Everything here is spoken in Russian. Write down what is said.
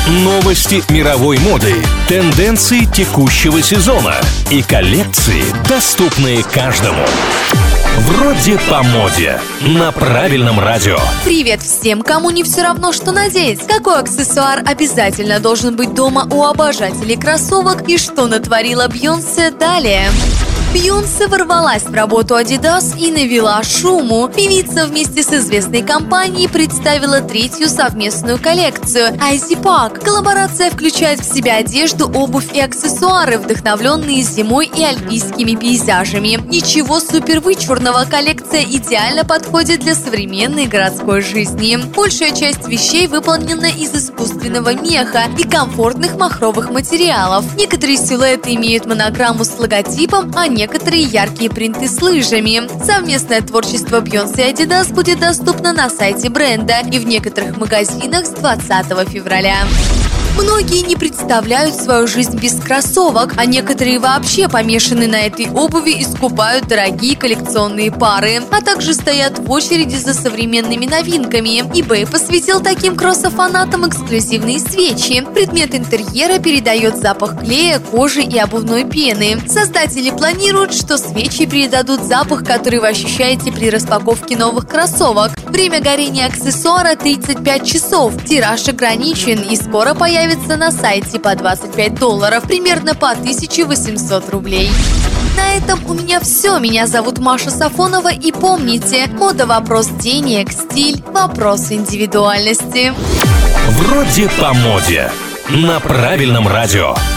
Новости мировой моды, тенденции текущего сезона и коллекции, доступные каждому. Вроде по моде. На правильном радио. Привет всем, кому не все равно, что надеть. Какой аксессуар обязательно должен быть дома у обожателей кроссовок и что натворила Бейонсе далее. Бейонсе ворвалась в работу Adidas и навела шуму. Певица вместе с известной компанией представила третью совместную коллекцию Icy Pack. Коллаборация включает в себя одежду, обувь и аксессуары, вдохновленные зимой и альпийскими пейзажами. Ничего супер вычурного, коллекция идеально подходит для современной городской жизни. Большая часть вещей выполнена из искусственного меха и комфортных махровых материалов. Некоторые силуэты имеют монограмму с логотипом, а некоторые яркие принты с лыжами. Совместное творчество Бейонсе и Adidas будет доступно на сайте бренда и в некоторых магазинах с 20 февраля. Многие не представляют свою жизнь без кроссовок, а некоторые вообще помешаны на этой обуви и скупают дорогие коллекционные пары, а также стоят в очереди за современными новинками. eBay посвятил таким кроссофанатам эксклюзивные свечи. Предмет интерьера передает запах клея, кожи и обувной пены. Создатели планируют, что свечи передадут запах, который вы ощущаете при распаковке новых кроссовок. Время горения аксессуара 35 часов. Тираж ограничен и скоро появится на сайте по $25, примерно по 1800 рублей. На этом у меня все. Меня зовут Маша Сафонова, и помните, мода – вопрос денег, стиль – вопрос индивидуальности. Вроде по моде. На правильном радио.